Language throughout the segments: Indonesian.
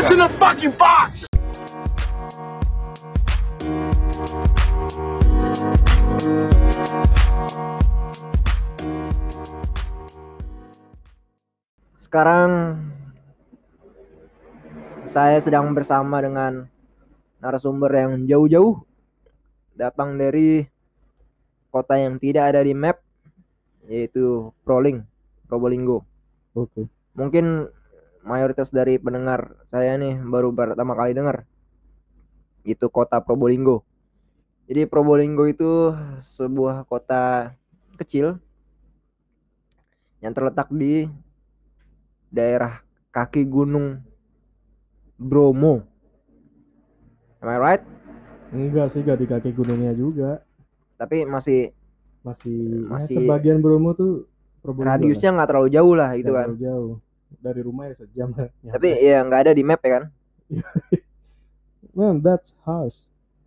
What's in the fucking box? Sekarang saya sedang bersama dengan narasumber yang jauh-jauh datang dari kota yang tidak ada di map, yaitu Probolinggo. Oke. Mungkin mayoritas dari pendengar saya nih baru pertama kali dengar itu kota Probolinggo. Jadi Probolinggo itu sebuah kota kecil yang terletak di daerah kaki gunung Bromo. Am I right? Enggak sih, gak di kaki gunungnya juga. Tapi masih Ya, sebagian Bromo tuh Probolinggo radiusnya lah. nggak terlalu jauh lah gitu Nggak kan. terlalu jauh. Dari rumah ya sejam lah. Tapi ya nggak ada di map ya kan. Man, that's harsh.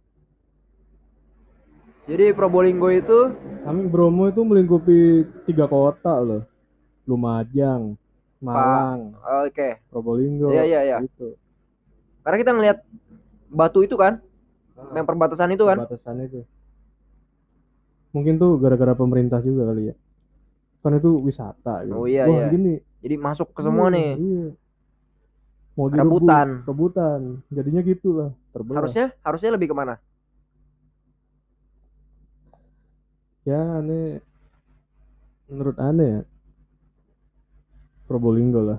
Jadi Probolinggo itu Bromo itu melingkupi 3 kota loh. Lumajang, Malang, oke. Probolinggo. Iya. Gitu. Karena kita ngelihat batu itu kan, yang perbatasan itu kan. Perbatasan itu. Mungkin tuh gara-gara pemerintah juga kali ya. Kan itu wisata gitu. Oh iya. Wah, gini. Jadi masuk ke semua nih. Iya. Mau rebutan. Jadinya gitulah, terbelah. Harusnya lebih kemana? Ya, menurut aneh ya, Probolinggo lah.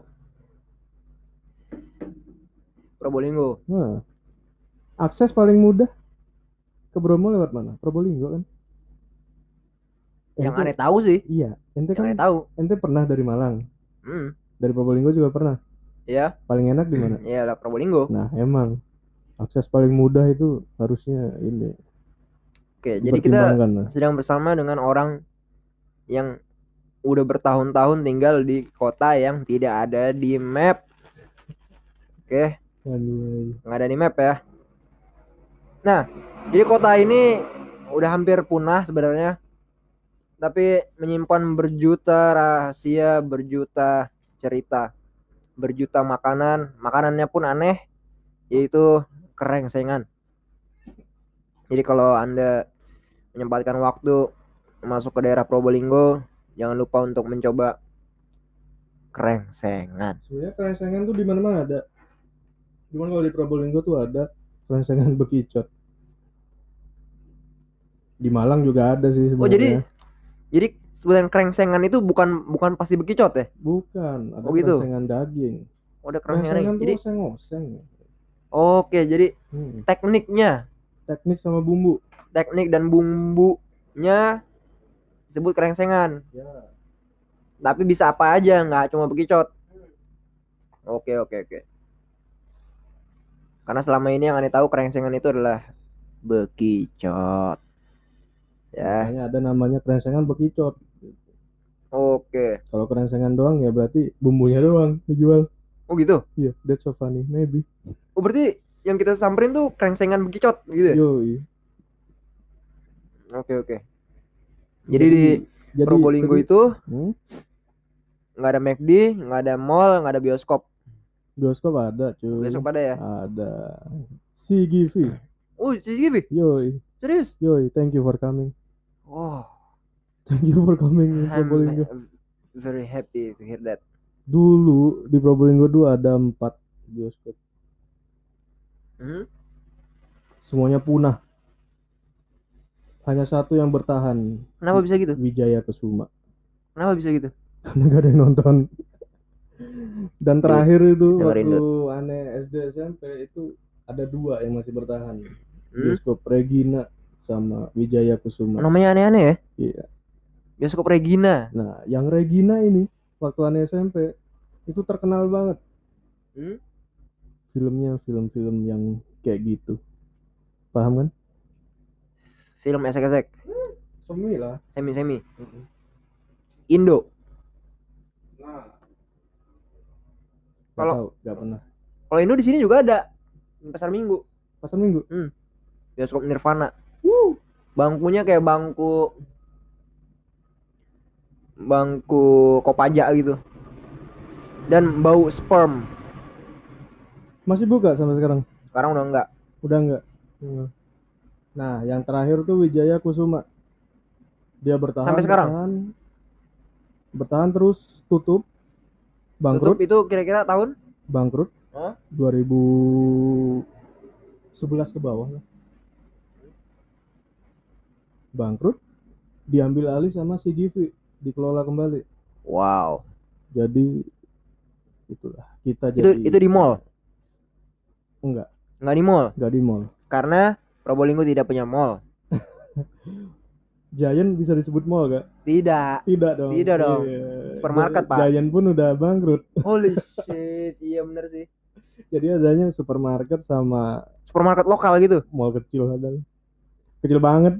Probolinggo. Nah, akses paling mudah ke Bromo lewat mana? Probolinggo kan? Yang aneh tahu sih. Iya, ente Yang kan aneh tahu. ente pernah dari Malang. Dari Probolinggo juga pernah. Iya. Paling enak di mana? Iya, lah Probolinggo. Nah, emang akses paling mudah itu harusnya ini. Oke, jadi kita sedang bersama dengan orang yang udah bertahun-tahun tinggal di kota yang tidak ada di map. Oke. Nggak ada di map ya. Nah, jadi kota ini udah hampir punah sebenarnya. Tapi menyimpan berjuta rahasia, berjuta cerita, berjuta makanan. Makanannya pun aneh, yaitu krengsengan. Jadi kalau Anda menyempatkan waktu masuk ke daerah Probolinggo, jangan lupa untuk mencoba krengsengan. Sebenarnya krengsengan tuh di mana-mana ada. Cuman kalau di Probolinggo tuh ada krengsengan bekicot. Di Malang juga ada sih sebenarnya. Jadi sebenarnya krengsengan itu bukan pasti bekicot ya? Bukan, ada gitu. krengsengan daging. Ada krengsengan tuh oseng-oseng. Oke, jadi tekniknya. Teknik sama bumbu. Teknik dan bumbunya disebut krengsengan. Ya. Tapi bisa apa aja, nggak cuma bekicot. Oke. Karena selama ini yang aneh tahu krengsengan itu adalah bekicot. Ya. Makanya ada namanya krengsengan bekicot. Oke. Kalau krengsengan doang ya berarti bumbunya doang dijual. Oh gitu? Iya, that's so funny, maybe. Oh berarti yang kita samperin tuh krengsengan bekicot gitu ya? Yoi. Oke. Jadi di Probolinggo itu nggak ada McD, nggak ada mall, nggak ada bioskop. Bioskop ada cuy. Bioskop ada ya? Ada. CGV. Oh CGV? Yoi. Serius? Yoi, thank you for coming. Oh. Thank you for coming to Probolinggo. I'm very happy to hear that. Dulu di Probolinggo tuh ada 4 bioskop. Semuanya punah. Hanya satu yang bertahan. Kenapa bisa gitu? Wijaya Kesuma. Kenapa bisa gitu? Karena gak ada yang nonton. Dan terakhir itu dengerin waktu aneh SD SMP itu ada 2 yang masih bertahan. Bioskop Regina sama Wijaya Kesuma. Namanya aneh-aneh ya? Iya. Bioskop Regina. Nah, yang Regina ini waktu aneh SMP itu terkenal banget. Filmnya film-film yang kayak gitu. Paham kan? Film esek-esek. Semi lah. Semi. Indo. Nah. Kalau nggak pernah. Kalau Indo di sini juga ada. Pasar Minggu. Bioskop Nirvana. Bangkunya kayak bangku Kopaja gitu. Dan bau sperm. Masih buka sampai sekarang? Sekarang udah enggak. Udah enggak. Nah, yang terakhir tuh Wijaya Kusuma. Dia Sampai bertahan, sekarang. bertahan, bertahan terus tutup, Tutup bangkrut, itu kira-kira tahun? bangkrut. Hah? 2011 ke bawah lah. Bangkrut, diambil alih sama CGV, dikelola kembali. Wow. Jadi itulah kita Itu jadi di mall. enggak Enggak di mall. enggak di mall. Karena Probolinggo tidak punya mall. Giant bisa disebut mall gak? Tidak. Tidak dong. Tidak dong. Iya. Supermarket, Pak. Giant pun udah bangkrut. Holy shit. Iya bener sih. Jadi adanya supermarket sama Supermarket lokal gitu. mall kecil ada. Kecil banget.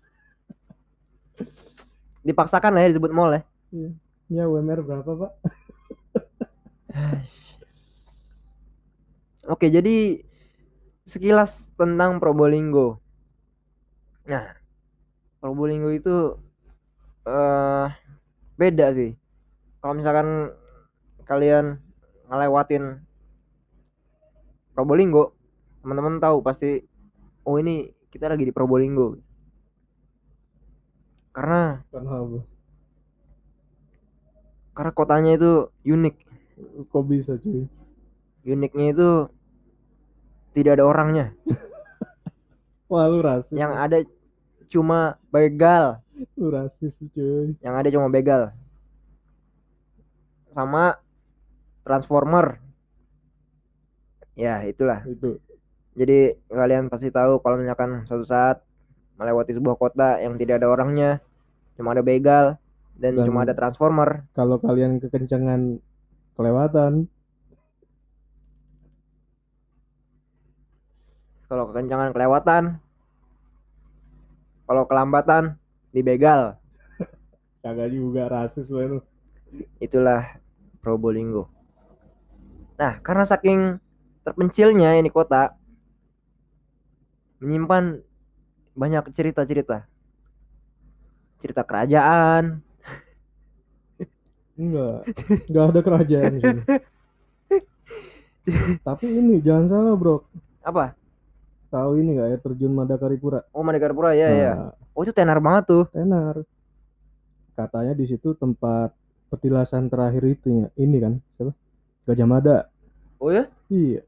Dipaksakan lah ya disebut mall ya. Iya. Ya UMR berapa, Pak? Oke, jadi sekilas tentang Probolinggo. Nah, Probolinggo itu beda sih. Kalau misalkan kalian ngelewatin Probolinggo, teman-teman tahu pasti, oh ini kita lagi di Probolinggo. Karena apa? Karena kotanya itu unik. Kok bisa cuy? Uniknya itu tidak ada orangnya. Wah lu rasis. Yang ada cuma begal. Lu rasis cuy. Yang ada cuma begal. Sama transformer. Ya itulah. Itu. Jadi kalian pasti tahu kalau misalkan suatu saat melewati sebuah kota yang tidak ada orangnya, cuma ada begal dan cuma ada transformer. Kalau kalian kekencangan kelewatan. Kalau kekencangan kelewatan. Kalau kelambatan dibegal. Kagak juga rasis lu. Itulah Probolinggo. Nah, karena saking terpencilnya ini kota, menyimpan banyak cerita-cerita. Cerita kerajaan. Enggak ada kerajaan di sini. Tapi ini jangan salah, Bro. Apa? Tahu ini enggak air terjun Madakaripura? Oh, Madakaripura ya, ya. Oh, itu tenar banget tuh. Tenar. Katanya di situ tempat petilasan terakhir itu ya. Ini kan, siapa? Gajah Mada. Oh ya? Iya.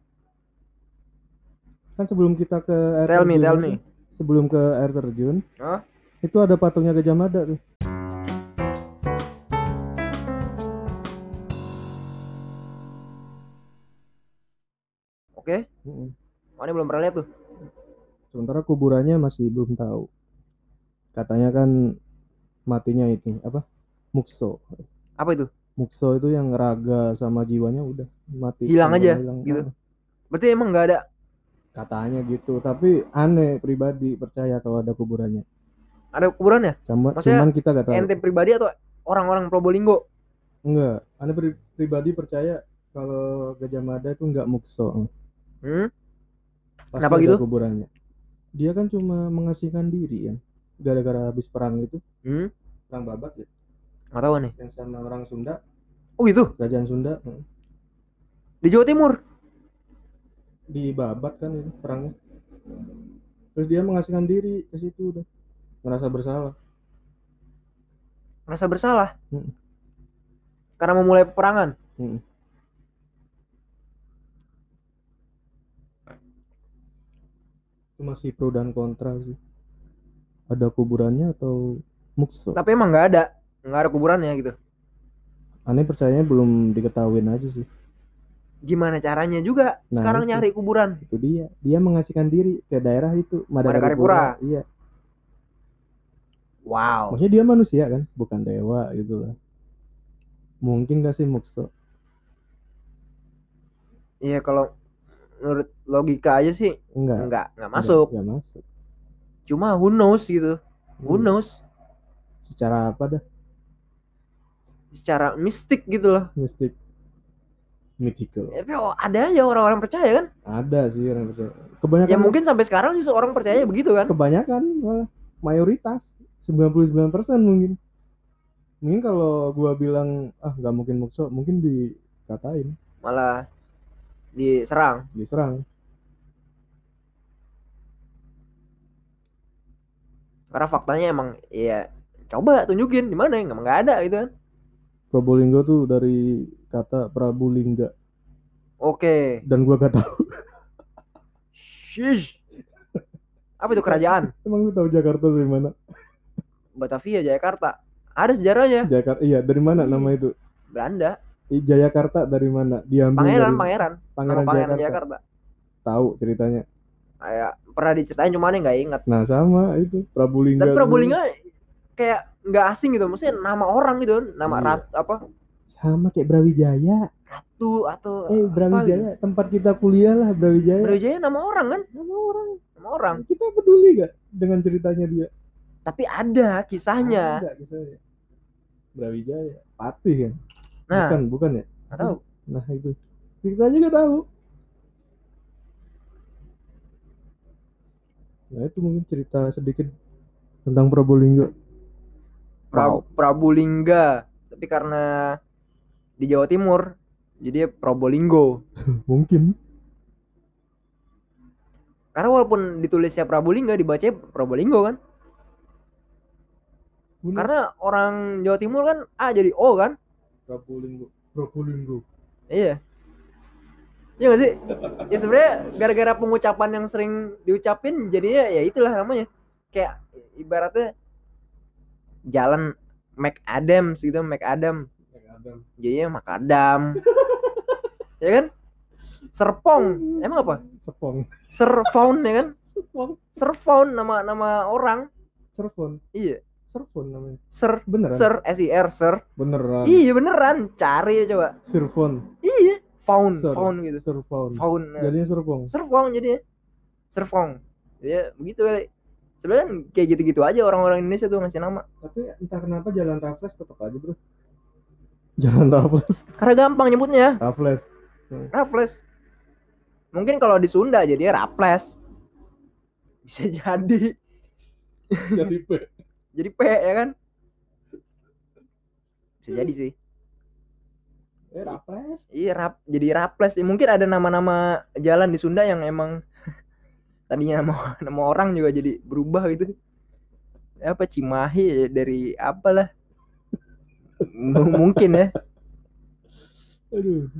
Kan sebelum kita ke air tell terjun. Me. Sebelum ke air terjun. Huh? Itu ada patungnya Gajah Mada tuh. Oke. Mana belum pernah lihat tuh. Sementara kuburannya masih belum tahu. Katanya kan matinya itu apa? Mukso. Apa itu? Mukso itu yang raga sama jiwanya udah mati. Hilang aja gitu. Berarti emang nggak ada? Katanya gitu. Tapi aneh pribadi percaya kalau ada kuburannya. Ada kuburannya? Cuman kita gak tahu. Ente pribadi atau orang-orang Probolinggo? Enggak. Aneh pribadi percaya kalau Gajah Mada itu enggak mukso. Pasti kenapa ada gitu? Kuburannya. Dia kan cuma mengasingkan diri ya. Gara-gara habis perang itu. Perang Babat ya. Nggak tahu nih. Yang sama orang Sunda. Oh gitu? Kerajaan Sunda. Di Jawa Timur? Di Babat kan itu perangnya. Terus dia mengasingkan diri ke situ udah. Ngerasa bersalah. Ngerasa bersalah? Karena memulai peperangan? Itu masih pro dan kontra sih. Ada kuburannya atau mukso? Tapi emang nggak ada kuburannya gitu. Aneh percayanya belum diketahuin aja sih. Gimana caranya juga sekarang itu. Nyari kuburan? Itu dia mengasingkan diri ke daerah itu Madakaripura. Iya. Wow. Maksudnya dia manusia kan, bukan dewa gitu lah. Mungkin gak sih mukso? Iya kalau menurut logika aja sih enggak masuk. Enggak masuk. Cuma who knows gitu. Who knows? Secara apa dah? Secara mistik gitu loh. Mistik. Mythical. Tapi ada aja orang-orang percaya kan? Ada sih orang percaya. Kebanyakan. Ya mungkin sampai sekarang sih orang percaya begitu kan? Kebanyakan malah mayoritas 99% mungkin. Mungkin kalau gua bilang nggak mungkin mukso, mungkin dikatain. Malah Diserang. Karena faktanya emang ya coba tunjukin di mana, emang nggak ada gitu kan. Probolinggo tuh dari kata Prabu Lingga Oke. dan gua gak tahu. Shish. Apa itu kerajaan? Emang lu tahu Jakarta dari mana? Batavia, Jakarta. Ada sejarahnya. Jakarta, iya, dari mana nama itu? Belanda. Jayakarta dari mana? Diambil dari Pangeran. Nama Pangeran pangeran Jayakarta. Jakarta. Tahu ceritanya? Kayak pernah diceritain cuma nih nggak inget. Nah sama itu Prabu Lingga. Tapi Prabu Lingga kayak nggak asing gitu, maksudnya nama orang gitu, nama Iya. apa? Sama kayak Brawijaya. Ratu atau Brawijaya gitu. tempat kita kuliah lah, Brawijaya. Brawijaya nama orang kan? Nama orang. Kita peduli gak dengan ceritanya dia? Tapi ada kisahnya. Ada kisahnya. Brawijaya, Patih kan? Nah, bukan ya? Nggak tahu. Nah itu kita juga tahu. Nah itu mungkin cerita sedikit tentang Probolinggo. Prabu Lingga, tapi karena di Jawa Timur jadi Probolinggo. Mungkin. Karena walaupun ditulisnya Prabu Lingga dibaca Probolinggo kan. Bener. Karena orang Jawa Timur kan A jadi O kan. Probolinggo. Iya. Iya gak sih? Ya sebenarnya gara-gara pengucapan yang sering diucapin jadinya ya itulah namanya. Kayak ibaratnya jalan McAdams gitu, McAdam. Jadinya Makadam. Ya kan? Serpong. Emang apa? Serpong ya kan? Serpong nama orang. Serpong. Iya. Serpong namanya. Beneran. SIR, Ser. Beneran. Iya beneran. Cari coba. Serpong. Iya. Faun gitu. Faun. Jadinya Serpong. Jadinya. Serpong. Ya begitu kali. Sebenarnya kayak gitu-gitu aja orang-orang Indonesia tuh ngasih nama. Tapi entah kenapa Jalan Raffles tetap aja, bro. Jalan Raffles. Karena gampang nyebutnya. Raffles. Mungkin kalau di Sunda jadi Raples. Bisa jadi. Jadi P ya kan? Bisa jadi sih. Raples. Iya, jadi Raples. Mungkin ada nama-nama jalan di Sunda yang emang tadinya nama orang juga jadi berubah gitu. Apa Cimahi dari apalah. Mungkin ya. Aduh.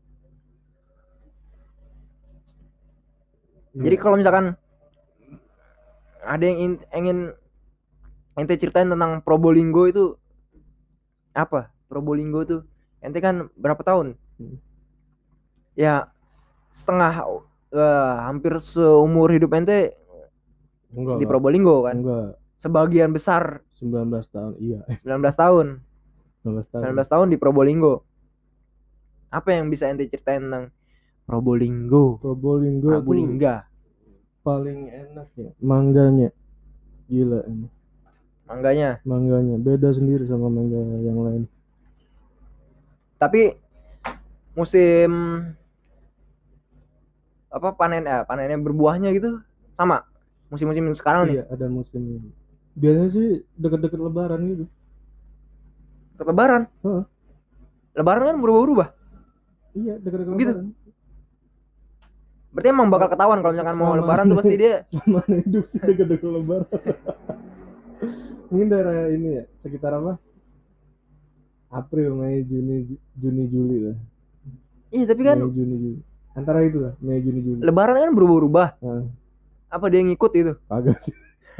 Jadi kalau misalkan ada yang ingin ente ceritain tentang Probolinggo itu apa? Probolinggo tuh ente kan berapa tahun? Ya setengah hampir seumur hidup ente enggak di Probolinggo kan? Enggak. Sebagian besar 19 tahun. Iya. 19 tahun. 19 tahun di Probolinggo. Apa yang bisa ente ceritain tentang Probolinggo? Probolingga paling enak ya mangganya. Gila ini. Mangganya beda sendiri sama mangga yang lain. Tapi musim apa panennya berbuahnya gitu sama musim-musim sekarang nih. Iya, ada musim. Biasanya sih deket-deket Lebaran gitu. Lebaran? Lebaran kan berubah-ubah. Iya, deket-deket gitu. Lebaran. Berarti emang bakal ketahuan kalau misalkan mau Lebaran tuh pasti dia sama hidup sih deket-deket Lebaran. Mungkin daerah ini ya, sekitar apa? April, Mei, Juni, Juli lah. Iya, tapi kan Mei, Juni, Juli. Antara itu lah, Mei, Juni, Juli. Lebaran kan berubah-ubah. Apa dia ngikut itu? Agak sih.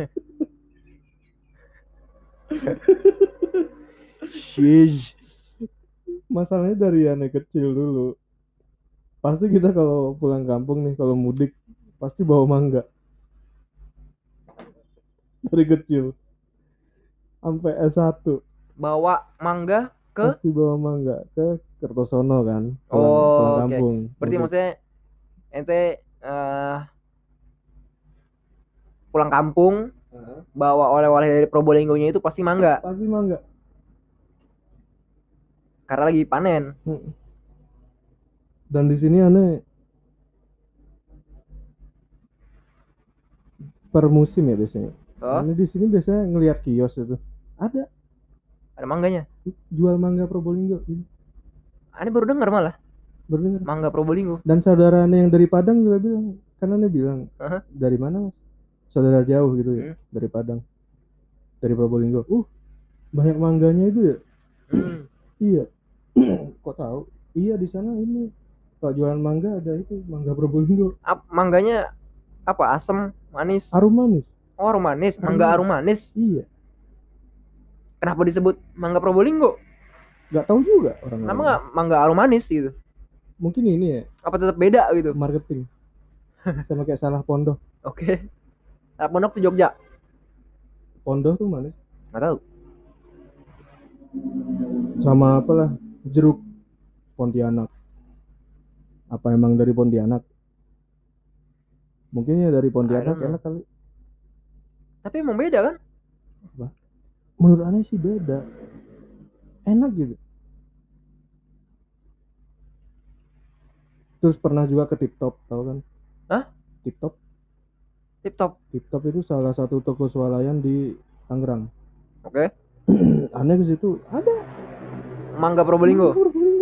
Masalahnya dari anak kecil dulu. Pasti kita kalau pulang kampung nih, kalau mudik pasti bawa mangga. Dari kecil sampai S1 bawa mangga ke? Pasti bawa mangga ke Kertosono kan, pulang kampung. Berarti maksudnya ente pulang kampung bawa oleh-oleh dari Probolinggo-nya itu pasti mangga. Karena lagi panen. Dan di sini aneh per musim ya biasanya. Aneh di sini biasanya ngelihat kios itu ada mangganya. Jual mangga Probolinggo. Aneh baru dengar malah. Baru dengar. Mangga Probolinggo. Dan saudara yang dari Padang juga bilang, karena dia bilang, dari mana mas? Saudara jauh gitu ya, dari Padang, dari Probolinggo. Banyak mangganya itu ya. Iya. Kok tahu? Iya di sana ini kalau jualan mangga ada itu mangga Probolinggo. Mangganya apa? Asam, manis? Arum manis. Oh, arum manis. Mangga arum manis. Iya. Kenapa disebut mangga Probolinggo? Gak tahu juga orang. Kenapa nggak mangga arum manis gitu? Mungkin ini ya. Apa tetap beda gitu? Marketing. Sama kayak Salah Pondok. Oke. Salah Pondok tuh Jogja. Pondok tuh mana? Nggak tahu. Sama apalah jeruk Pontianak. Apa emang dari Pontianak? Mungkin ya dari Pontianak enak kali. Tapi emang beda kan? Apa? Menurut aneh sih beda. Enak gitu. Terus pernah juga ke Tip Top, tahu kan? Hah? Tip Top? Tip Top. Tip Top itu salah satu toko swalayan di Tangerang. Oke. Aneh ke situ ada mangga Probolinggo.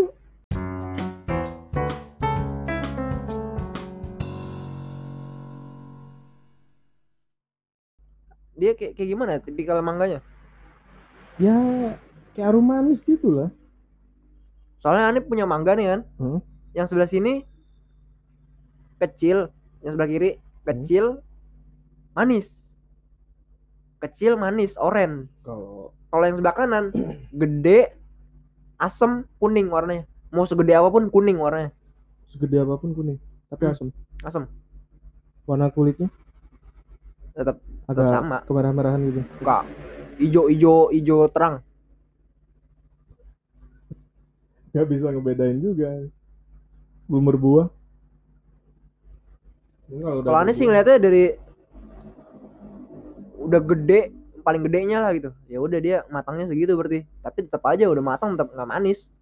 Dia kayak gimana tipikal mangganya? Ya kayak arum manis gitu lah. Soalnya Anip punya mangga nih kan. Yang sebelah sini kecil, yang sebelah kiri kecil, manis. Kecil, manis, oranye. Kalau yang sebelah kanan gede, asam, kuning warnanya. Mau segede apapun kuning warnanya. Segede apapun kuning, tapi asam. Asam. Warna kulitnya tetap agak sama. Kemerah-merahan gitu. Enggak. Ijo terang. Gak bisa ngebedain juga. Belum berbuah. Kalau aneh sih ngeliatnya dari udah gede, paling gedenya lah gitu. Ya udah dia matangnya segitu berarti. Tapi tetap aja udah matang tetap nggak manis.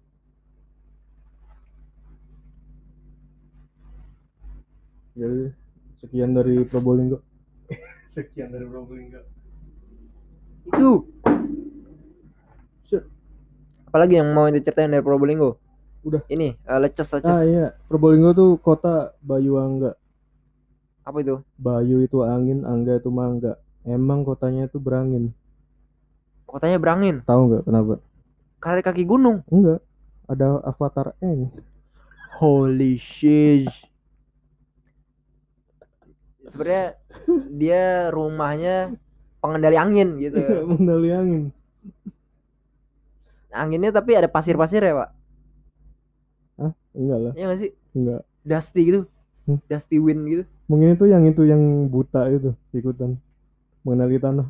Jadi sekian dari Probolinggo. Sekian dari Probolinggo. Itu. Apalagi yang mau diceritain dari Probolinggo? Udah. Ini leces. Iya, Probolinggo tuh kota Bayu Angga. Apa itu? Bayu itu angin, Angga itu mangga. Emang kotanya itu berangin. Kotanya berangin? Tahu nggak kenapa? Karena di kaki gunung? Enggak. Ada avatar Eng. Holy shit. Sebenarnya dia rumahnya pengendali angin gitu. Pengendali angin. Anginnya tapi ada pasir-pasir ya pak? Hah? Enggak lah. Iya nggak sih? Enggak. Dusty gitu. Dusty wind gitu. Mungkin itu yang buta itu ikutan mengenali tanah.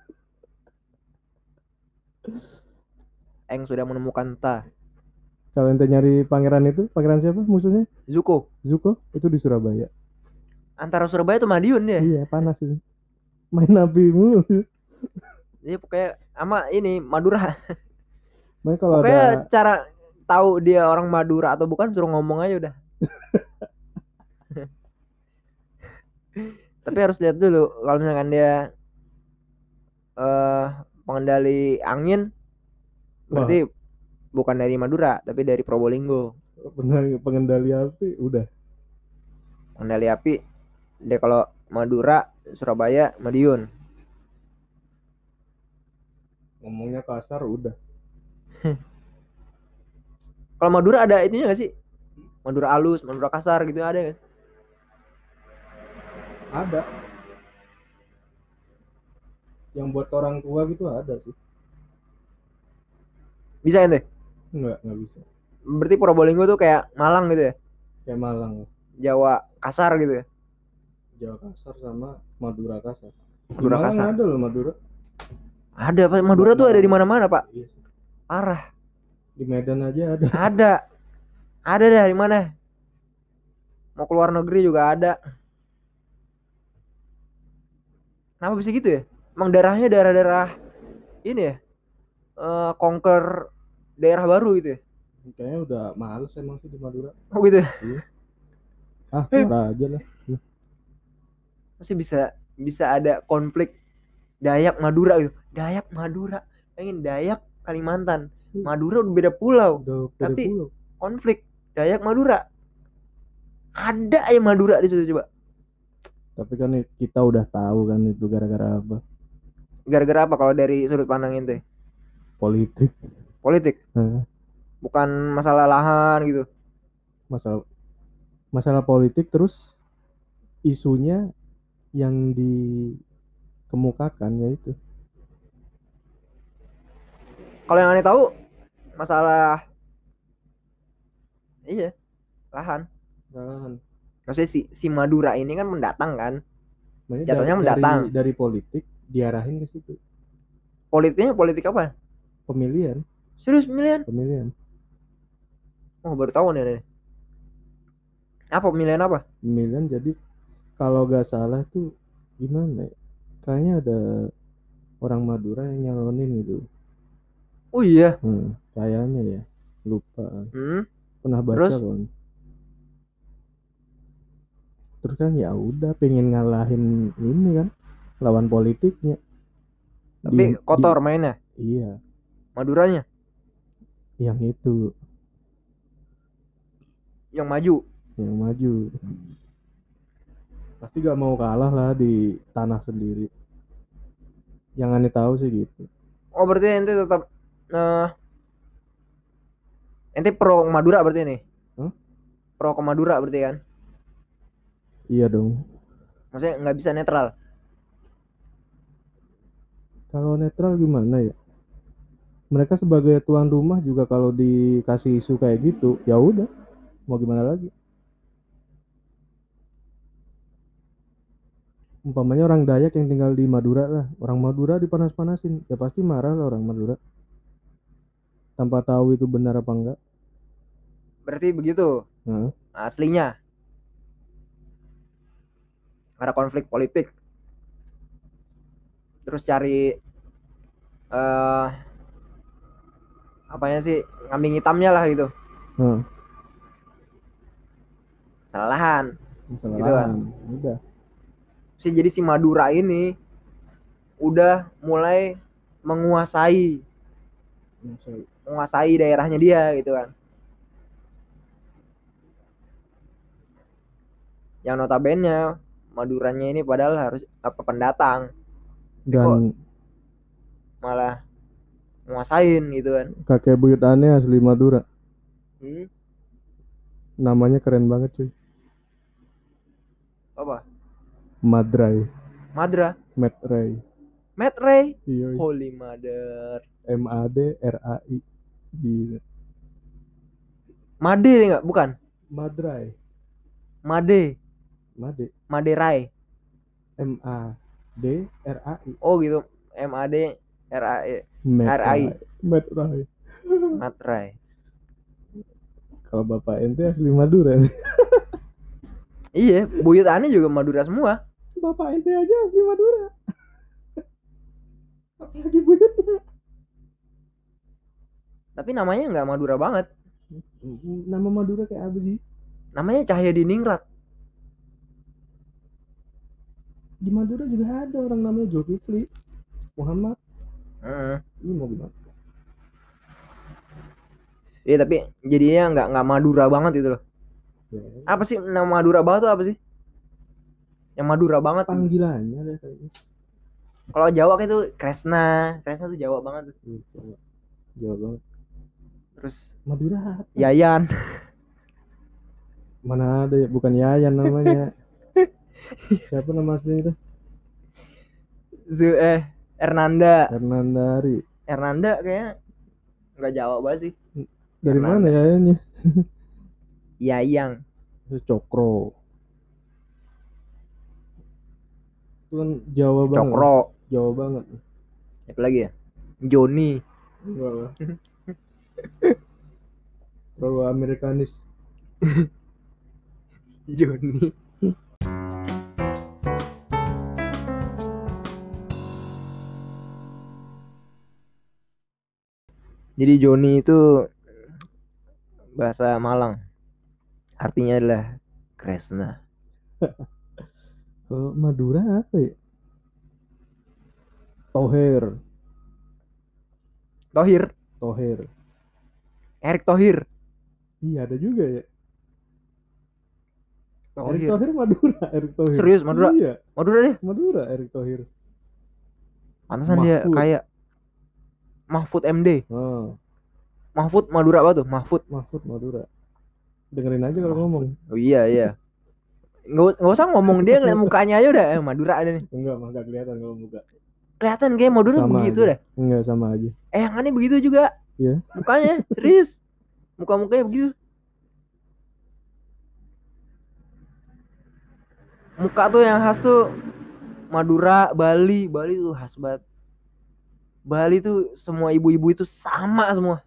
Eng sudah menemukan Ta. Kalau ente nyari pangeran siapa musuhnya? Zuko itu di Surabaya. Antara Surabaya tuh Madiun ya? Iya panas ini. Main api mulu. Iya pokoknya sama ini Madura. Kalau pokoknya ada cara tahu dia orang Madura atau bukan suruh ngomong aja udah. Tapi harus lihat dulu kalau misalkan dia pengendali angin berarti bukan dari Madura tapi dari Probolinggo. Benar, pengendali api udah. Pengendali api dia kalau Madura, Surabaya, Madiun. Ngomongnya kasar udah. Kalau Madura ada itunya nggak sih? Madura halus, Madura kasar gitu ada nggak? Ada. Yang buat orang tua gitu ada sih. Bisa ente? Enggak bisa. Berarti Probolinggo tuh kayak Malang gitu ya? Kayak Malang. Jawa kasar gitu ya? Jawa kasar sama Madura kasar. Madura Malang kasar. Ada loh Madura. Ada Pak, Madura tuh ada di mana-mana Pak. Iya. Parah. Di Medan aja ada. Ada dah di mana? Mau keluar negeri juga ada. Kenapa bisa gitu ya? Emang daerahnya daerah-daerah ini ya? Conquer daerah baru gitu ya? Kayaknya udah males emang sih di Madura. Oh gitu. Iya. Keluar aja lah. Masih bisa ada konflik Dayak Madura gitu. Dayak Madura. Pengen Dayak Kalimantan. Madura udah beda pulau. Tapi konflik. Dayak Madura. Ada yang Madura di situ coba. Tapi kan kita udah tahu kan itu gara-gara apa? Gara-gara apa kalau dari sudut pandang ente? Politik. Politik. Nah, Bukan masalah lahan gitu. masalah masalah politik, terus isunya yang dikemukakan yaitu. Kalau yang aneh tahu masalah iya lahan. Lahan. Maksudnya si Madura ini kan mendatang kan. Makanya Jatuhnya mendatang. dari politik diarahin ke situ. Politiknya politik apa? Pemilihan. Serius pemilihan? Pemilihan. Oh baru tahu nih. Apa pemilihan apa? Pemilihan, jadi kalau gak salah tuh gimana ya? Kayaknya ada orang Madura yang nyalonin gitu. Oh iya. Kayaknya ya. Lupa. Pernah baca Terus? kan. Terus kan ya udah pengen ngalahin ini kan lawan politiknya. Tapi kotor mainnya. Iya. Maduranya. Yang itu. Yang maju. Yang maju. Pasti gak mau kalah lah di tanah sendiri. Yang aneh tahu sih gitu. Oh berarti ente tetap ente pro Madura berarti nih? Pro ke Madura berarti kan? Iya dong. Maksudnya nggak bisa netral? Kalau netral gimana ya? Mereka sebagai tuan rumah juga kalau dikasih isu kayak gitu, ya udah, mau gimana lagi? Umpamanya orang Dayak yang tinggal di Madura lah, orang Madura dipanas-panasin, ya pasti marah lah orang Madura. Tanpa tahu itu benar apa enggak. Berarti begitu. Aslinya. Ada konflik politik. Terus cari apanya sih, kambing hitamnya lah gitu. Kesalahan. Gitu kan. Udah. Jadi si Madura ini udah mulai menguasai daerahnya dia gitu kan. Yang notabene Maduranya ini padahal harus pendatang. Dan malah nguasain gitu kan. Kakek buyut aneh asli Madura. Namanya keren banget cuy. Apa? Madrai. Madra. Madrai. Madrai. Iya. Holy Mother. MADRAI. Gila. Made enggak? Bukan. Madrai. Maderai. MADRAI. Oh gitu. MADRAI. Madrai. Kalau bapak ente asli Madura. Iya, buyut aneh juga Madura semua. Bapak ente aja asli Madura. Apalagi buyutnya. Tapi namanya nggak Madura banget. Nama Madura kayak apa sih? Namanya Cahya Diningrat. Di Madura juga ada orang namanya Zulkifli Muhammad. Ini mau gimana? Iya tapi jadinya nggak Madura banget itu loh. Ya. Apa sih nama Madura banget tuh apa sih? Yang Madura banget. Panggilannya deh kayaknya. Kalau Jawa itu Kresna. Kresna tuh Jawa banget tuh. Jawa banget. Terus Madura apa? Yayan. Mana ada ya, bukan Yayan namanya. Siapa nama aslinya itu? Hernandari. Hernanda kayaknya nggak Jawa banget sih. Dari Hernanda. Mana Yayannya? Yayang. Cokro. Itu kan Jawa banget. Cokro. Jawa banget. Apa lagi ya? Joni. Enggak lah. Terlalu Amerikanis. Joni. Jadi Joni itu bahasa Malang. Artinya adalah Kresna. Kalau Madura apa ya? Thohir. Erick Thohir. Iya ada juga ya. Erick Thohir. Thohir Madura, Erick Thohir. Serius Madura? Iya. Madura dia. Madura Erick Thohir. Pantesan dia kayak Mahfud MD. Mahfud Madura apa tuh? Mahfud Madura. Dengerin aja kalau ngomong. Oh iya. Nggak usah ngomong, dia ngeliat mukanya aja udah Madura ada nih. Enggak kelihatan kalau muka. Kelihatan kayak Madura begitu aja. dah. Enggak sama aja. Yang aneh begitu juga. Iya. Mukanya serius. Muka-mukanya begitu. Muka tuh yang khas tuh Madura, Bali tuh khas banget. Bali tuh semua ibu-ibu itu sama semua.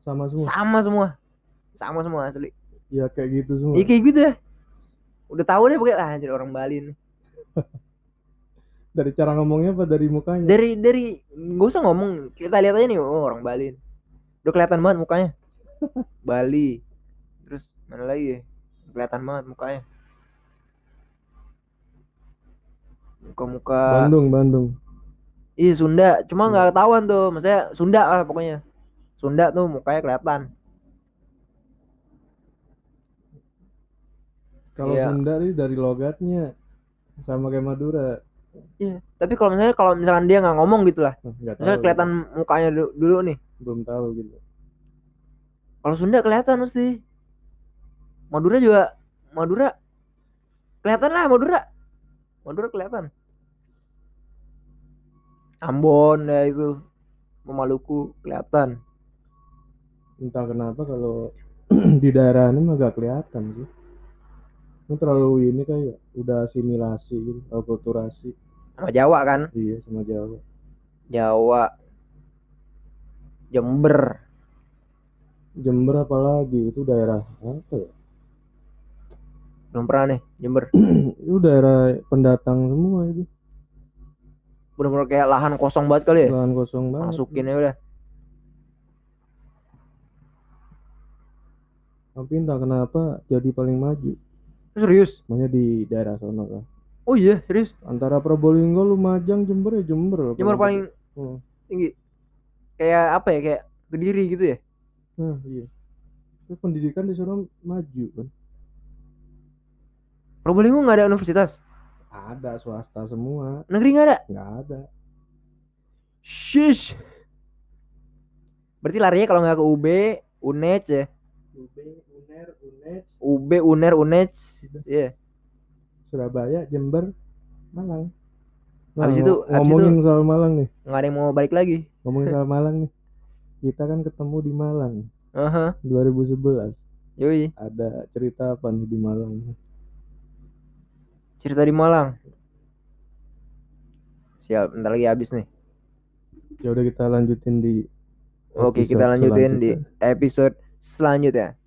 Sama semua asli. Ya kayak gitu semua. Iya kayak gitu ya. Udah tahu deh pokoknya jadi orang Bali nih. Dari cara ngomongnya apa dari mukanya? Dari gak usah ngomong, kita lihat aja nih, oh orang Bali. Udah kelihatan banget mukanya. Bali. Terus mana lagi ya? Kelihatan banget mukanya. Muka-muka Bandung. Iya Sunda, cuma nggak ketahuan tuh, maksudnya Sunda lah pokoknya. Sunda tuh mukanya kelihatan. Kalau Sunda nih dari logatnya sama kayak Madura. Iya, tapi kalau misalkan dia nggak ngomong gitu lah, misalnya kelihatan mukanya dulu nih. Belum tahu gitu. Kalau Sunda kelihatan mesti. Madura kelihatan lah Madura kelihatan. Ambon ya itu, Maluku kelihatan. Entah kenapa kalau di daerah ini mah gak kelihatan sih. Ini terlalu ini kayak udah asimilasi gitu, akulturasi. Sama Jawa kan? Iya sama Jawa. Jember apalagi itu daerah apa ya? Belum pernah nih Jember. Itu daerah pendatang semua itu. Bener-bener kayak lahan kosong banget kali ya. Lahan kosong banget. Masukin ya udah. Tapi entah kenapa jadi paling maju. Serius? Makanya di daerah sana kan. Oh iya serius. Antara Probolinggo, Lumajang, Jember ya Jember. Jember paling tinggi. Kayak apa ya, kayak Kediri gitu ya. Iya. Terus pendidikan di sana maju kan. Probolinggo nggak ada universitas? Ada, swasta semua. Negeri nggak ada? Nggak ada. Shish. Berarti larinya kalau nggak ke UB, UNED ya. UB, UNER, UNED. Iya. Surabaya, Jember, Malang. Nah, habis itu ngomongin soal Malang nih. Nggak ada yang mau balik lagi. Ngomongin soal Malang nih. Kita kan ketemu di Malang. 2011. Yoi. Ada cerita apa nih di Malang? Cerita di Malang. Siap, bentar lagi habis nih. Ya udah kita lanjutin di Oke, kita lanjutin di episode selanjutnya.